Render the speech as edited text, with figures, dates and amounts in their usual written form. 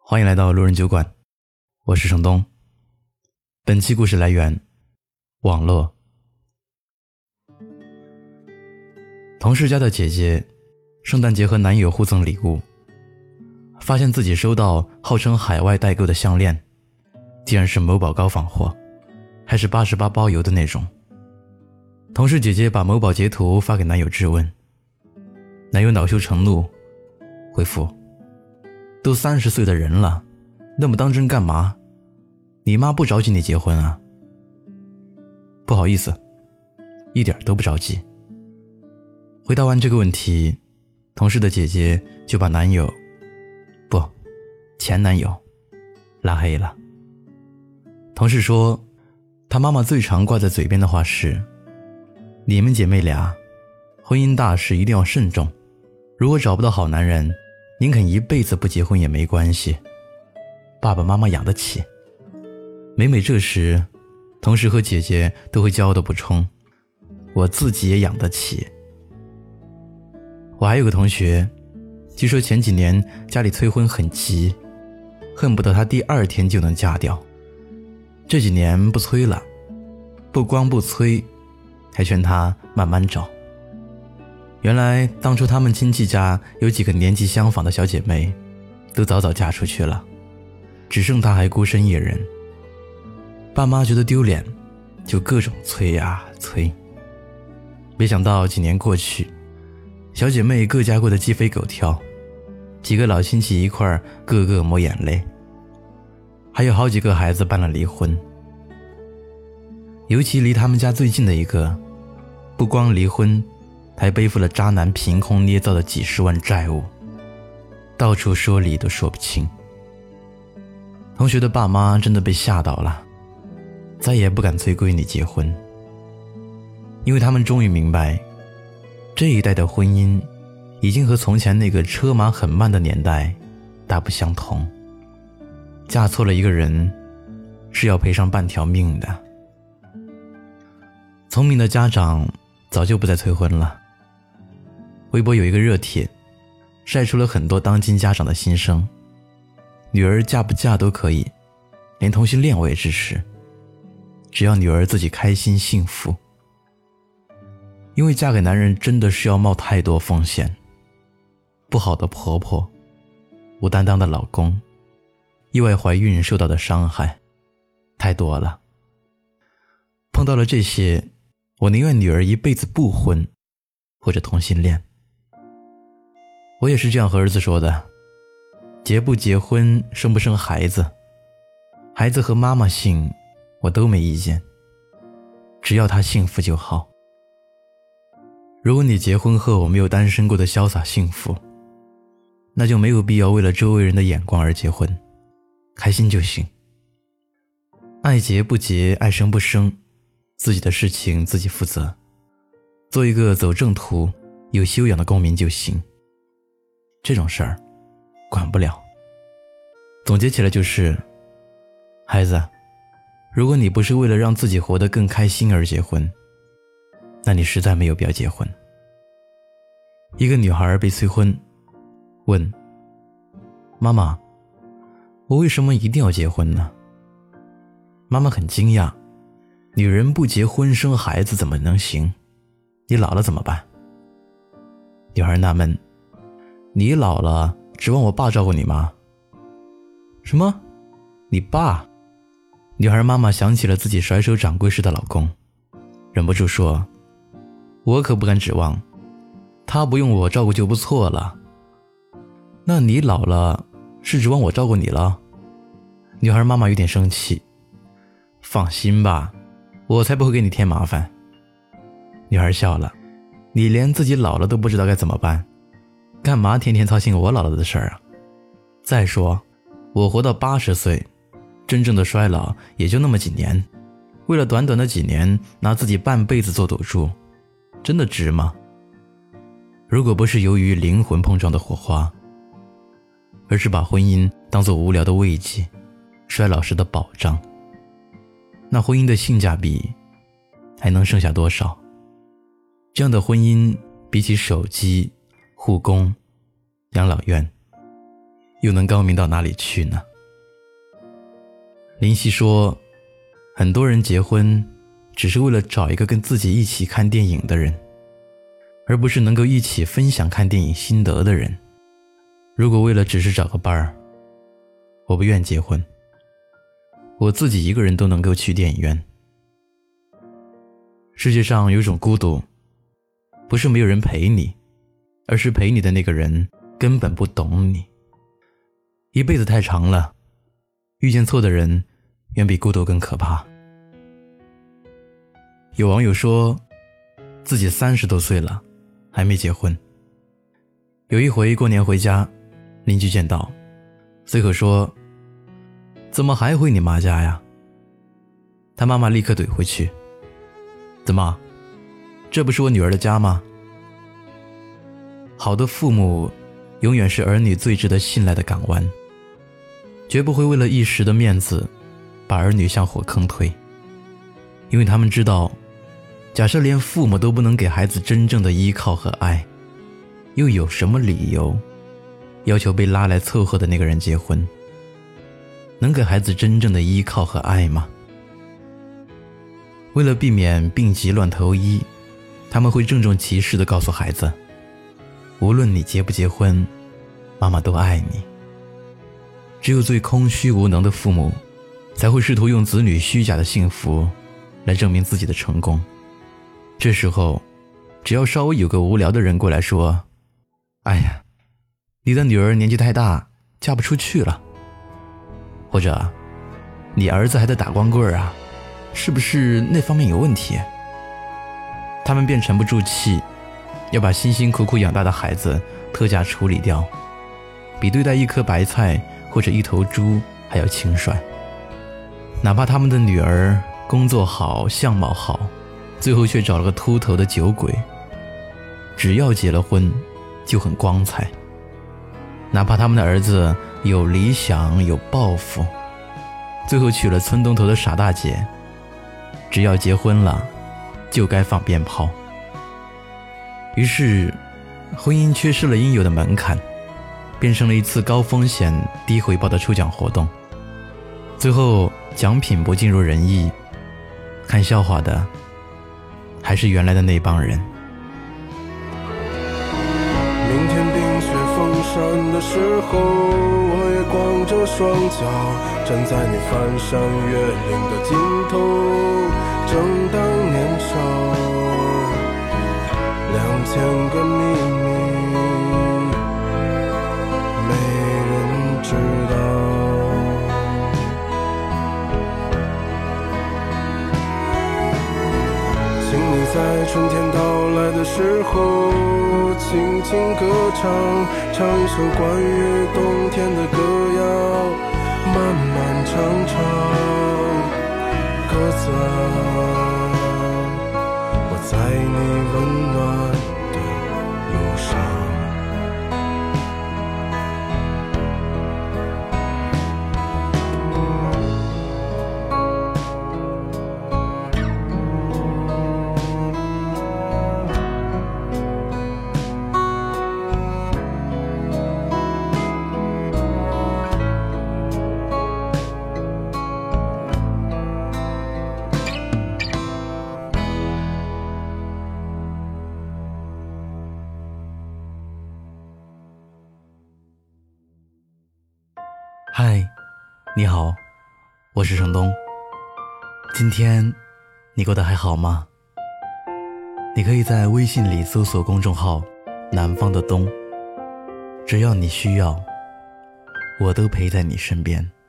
欢迎来到路人酒馆，我是程东。本期故事来源网络。同事家的姐姐圣诞节和男友互赠礼物，发现自己收到号称海外代购的项链，竟然是某宝高仿货，还是88包邮的那种。同事姐姐把某宝截图发给男友质问，男友恼羞成怒回复，都30岁的人了，那么当真干嘛？你妈不着急你结婚啊？不好意思，一点都不着急。回答完这个问题，同事的姐姐就把前男友拉黑了。同事说，他妈妈最常挂在嘴边的话是，你们姐妹俩婚姻大事一定要慎重，如果找不到好男人，宁肯一辈子不结婚也没关系，爸爸妈妈养得起。每这时，同事和姐姐都会骄傲地补充，我自己也养得起。我还有个同学，据说前几年家里催婚很急，恨不得他第2天就能嫁掉。这几年不催了，不光不催，还劝他慢慢找。原来当初他们亲戚家有几个年纪相仿的小姐妹，都早早嫁出去了，只剩她还孤身一人。爸妈觉得丢脸，就各种催啊催。没想到几年过去，小姐妹各家过得鸡飞狗跳，几个老亲戚一块儿个个抹眼泪，还有好几个孩子办了离婚。尤其离他们家最近的一个，不光离婚，还背负了渣男凭空捏造的几10万债务，到处说理都说不清。同学的爸妈真的被吓到了，再也不敢催闺女结婚，因为他们终于明白，这一代的婚姻已经和从前那个车马很慢的年代大不相同。嫁错了一个人，是要赔上半条命的。聪明的家长早就不再催婚了。微博有一个热帖，晒出了很多当今家长的心声。女儿嫁不嫁都可以，连同性恋我也支持，只要女儿自己开心幸福。因为嫁给男人真的是要冒太多风险，不好的婆婆，无担当的老公，意外怀孕受到的伤害太多了。碰到了这些，我宁愿女儿一辈子不婚，或者同性恋。我也是这样和儿子说的，结不结婚，生不生孩子，孩子和妈妈姓我都没意见，只要他幸福就好。如果你结婚后没有单身过的潇洒幸福，那就没有必要为了周围人的眼光而结婚，开心就行。爱结不结，爱生不生，自己的事情自己负责，做一个走正途有修养的公民就行。这种事儿管不了。总结起来就是，孩子，如果你不是为了让自己活得更开心而结婚，那你实在没有必要结婚。一个女孩被催婚，问妈妈，我为什么一定要结婚呢？妈妈很惊讶，女人不结婚生孩子怎么能行？你老了怎么办？女孩纳闷，你老了指望我爸照顾你吗？什么？你爸？女孩妈妈想起了自己甩手掌柜时的老公，忍不住说，我可不敢指望，他不用我照顾就不错了。那你老了是指望我照顾你了？女孩妈妈有点生气，放心吧，我才不会给你添麻烦。女孩笑了，你连自己老了都不知道该怎么办，干嘛天天操心我老了的事儿啊？再说我活到80岁，真正的衰老也就那么几年，为了短短的几年拿自己半辈子做赌注，真的值吗？如果不是由于灵魂碰撞的火花，而是把婚姻当作无聊的慰藉，衰老时的保障，那婚姻的性价比还能剩下多少？这样的婚姻比起手机、护工、养老院， 又能高明到哪里去呢？林夕说，很多人结婚只是为了找一个跟自己一起看电影的人，而不是能够一起分享看电影心得的人。如果为了只是找个伴儿，我不愿结婚，我自己一个人都能够去电影院。世界上有一种孤独，不是没有人陪你，而是陪你的那个人根本不懂你。一辈子太长了，遇见错的人远比孤独更可怕。有网友说自己30多岁了还没结婚。有一回过年回家，邻居见到，随口说，怎么还回你妈家呀？他妈妈立刻怼回去，怎么，这不是我女儿的家吗？好的父母永远是儿女最值得信赖的港湾，绝不会为了一时的面子把儿女向火坑推。因为他们知道，假设连父母都不能给孩子真正的依靠和爱，又有什么理由要求被拉来凑合的那个人结婚？能给孩子真正的依靠和爱吗？为了避免病急乱投医，他们会郑重其事地告诉孩子，无论你结不结婚，妈妈都爱你。只有最空虚无能的父母，才会试图用子女虚假的幸福来证明自己的成功。这时候，只要稍微有个无聊的人过来说，哎呀，你的女儿年纪太大，嫁不出去了。或者，你儿子还在打光棍啊，是不是那方面有问题？他们便沉不住气，要把辛辛苦苦养大的孩子特价处理掉，比对待一颗白菜或者一头猪还要轻率。哪怕他们的女儿工作好，相貌好，最后却找了个秃头的酒鬼，只要结了婚就很光彩。哪怕他们的儿子有理想有抱负，最后娶了村东头的傻大姐，只要结婚了就该放鞭炮。于是婚姻缺失了应有的门槛，变成了一次高风险低回报的抽奖活动，最后奖品不尽如人意，看笑话的还是原来的那帮人。 明天冰雪封山的时候，我也光着双脚站在你翻山越岭的尽头，正当年少，2000个秘密没人知道。请你在春天到来的时候轻轻歌唱，唱一首关于冬天的歌谣，漫漫长长。鸽子啊，我在你温暖的路上。 嗨，你好，我是程东。今天你过得还好吗？你可以在微信里搜索公众号南方的冬，只要你需要，我都陪在你身边。